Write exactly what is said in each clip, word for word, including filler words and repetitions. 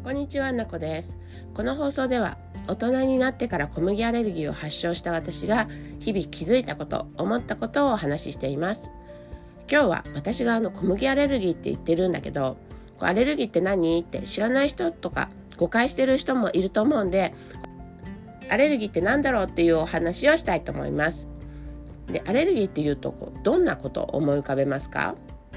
こんにちは、なこです。この放送では大人になってから小麦アレルギーを発症した私が日々気づいたこと、思ったことをお話ししています。今日は私があの小麦アレルギーって言ってるんだけど、アレルギーって何って知らない人とか誤解してる人もいると思うんで、アレルギーって何だろうっていうお話をしたいと思います。で、アレルギーっていうとこうどんなことを思い浮かべますか？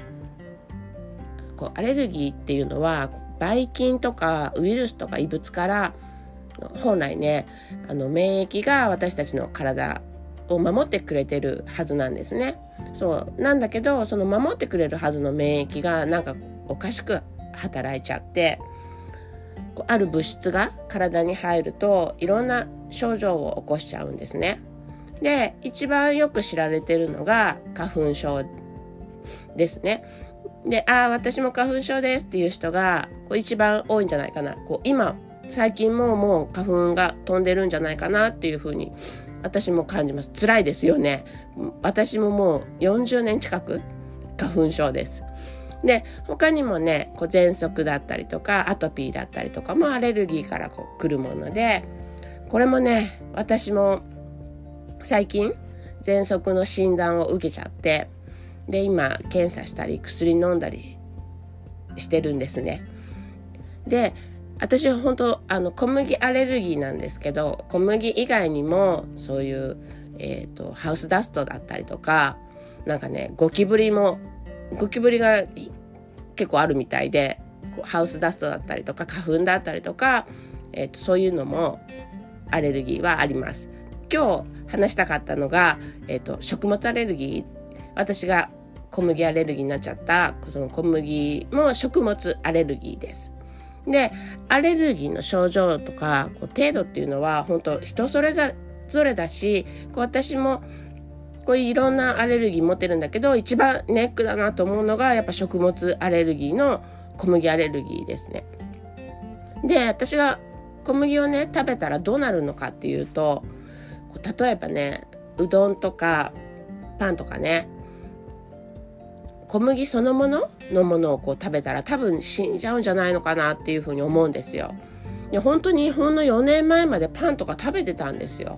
こうアレルギーっていうのはばい菌とかウイルスとか異物から本来ね、あの免疫が私たちの体を守ってくれてるはずなんですね。そうなんだけど、その守ってくれるはずの免疫がなんかおかしく働いちゃって、ある物質が体に入るといろんな症状を起こしちゃうんですね。で、一番よく知られてるのが花粉症ですね。で、ああ私も花粉症ですっていう人がこう一番多いんじゃないかな。こう今最近ももう花粉が飛んでるんじゃないかなっていうふうに私も感じます。辛いですよね。私ももうよんじゅうねん近く花粉症です。で、他にもね、こう喘息だったりとかアトピーだったりとかもアレルギーからこう来るもので、これもね、私も最近喘息の診断を受けちゃって、で今検査したり薬飲んだりしてるんですね。で、私は本当あの小麦アレルギーなんですけど、小麦以外にもそういう、えーと、ハウスダストだったりとか、なんかねゴキブリもゴキブリが結構あるみたいで、ハウスダストだったりとか花粉だったりとか、えーと、そういうのもアレルギーはあります。今日話したかったのが、えーと、食物アレルギー。私が小麦アレルギーになっちゃったその小麦も食物アレルギーです。で、アレルギーの症状とかこう程度っていうのは本当人それぞれだし、こう私もこういろんなアレルギー持ってるんだけど、一番ネックだなと思うのがやっぱ食物アレルギーの小麦アレルギーですね。で、私が小麦をね食べたらどうなるのかっていうと、こう例えばね、うどんとかパンとかね、小麦そのもののものをこう食べたら多分死んじゃうんじゃないのかなっていうふうに思うんですよ。で、本当にほんのよねんまえまでパンとか食べてたんですよ。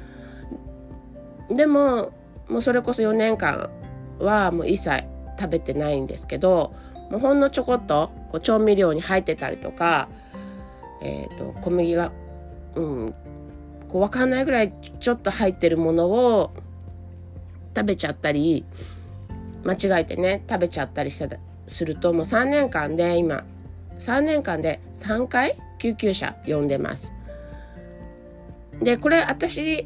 でももうそれこそよねんかんはもう一切食べてないんですけど、もうほんのちょこっとこう調味料に入ってたりとか、えーと、小麦が、うん、こう分かんないぐらいちょっと入ってるものを食べちゃったり、間違えてね食べちゃったりしたすると、もうさんねんかんで今さんねんかんでさんかい救急車呼んでます。で、これ私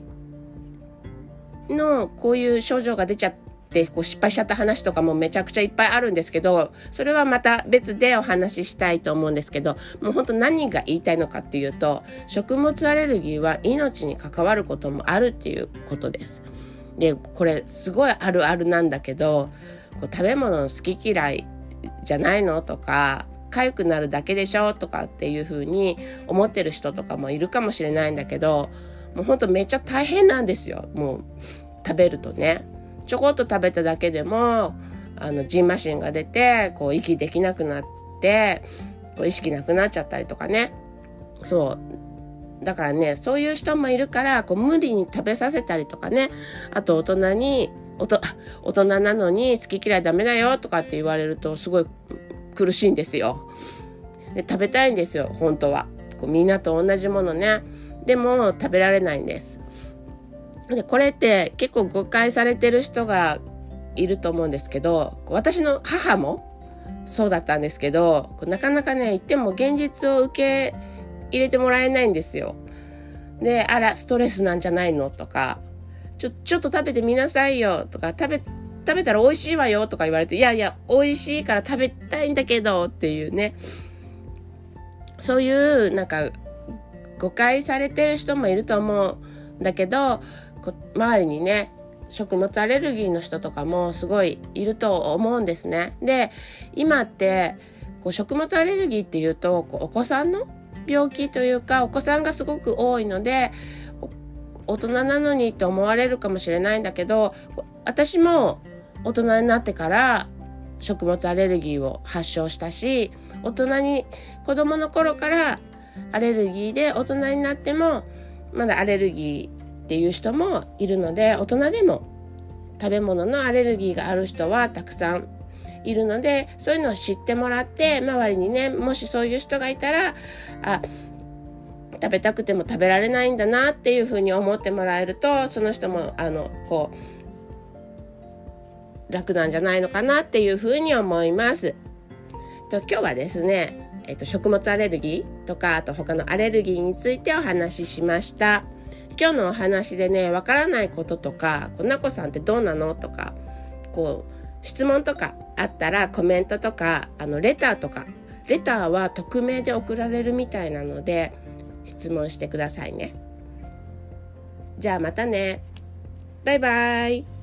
のこういう症状が出ちゃってこう失敗しちゃった話とかもめちゃくちゃいっぱいあるんですけど、それはまた別でお話ししたいと思うんですけど、もう本当何が言いたいのかっていうと、食物アレルギーは命に関わることもあるっていうことです。で、これすごいあるあるなんだけど、こう食べ物の好き嫌いじゃないのとか、痒くなるだけでしょとかっていう風に思ってる人とかもいるかもしれないんだけど、もうほんとめっちゃ大変なんですよ。もう食べるとね、ちょこっと食べただけでもあのジンマシンが出てこう息できなくなってこう意識なくなっちゃったりとかね。そうだからね、そういう人もいるから、こう無理に食べさせたりとかね、あと大人におと大人なのに好き嫌いダメだよとかって言われるとすごい苦しいんですよ。で、食べたいんですよ本当は。こうみんなと同じものね。でも食べられないんです。で、これって結構誤解されてる人がいると思うんですけど、私の母もそうだったんですけど、なかなかね言っても現実を受け入れてもらえないんですよ。で、あらストレスなんじゃないのとか、ちょちょっと食べてみなさいよとか、食べ食べたら美味しいわよとか言われて、いやいや美味しいから食べたいんだけどっていうね、そういうなんか誤解されてる人もいると思うんだけど、こ周りにね食物アレルギーの人とかもすごいいると思うんですね。で、今ってこう食物アレルギーっていうとこうお子さんの病気というか、お子さんがすごく多いので大人なのにって思われるかもしれないんだけど、私も大人になってから食物アレルギーを発症したし、大人に子供の頃からアレルギーで大人になってもまだアレルギーっていう人もいるので、大人でも食べ物のアレルギーがある人はたくさんいるので、そういうのを知ってもらって、周りにね、もしそういう人がいたら、あ、食べたくても食べられないんだなっていうふうに思ってもらえると、その人もあのこう楽なんじゃないのかなっていうふうに思います。と今日はですね、えっと、食物アレルギーとか、あと他のアレルギーについてお話ししました。今日のお話でね、わからないこととか、こうなこさんってどうなのとか、こう質問とかあったらコメントとか、あのレターとか、レターは匿名で送られるみたいなので質問してくださいね。じゃあまたね。バイバイ。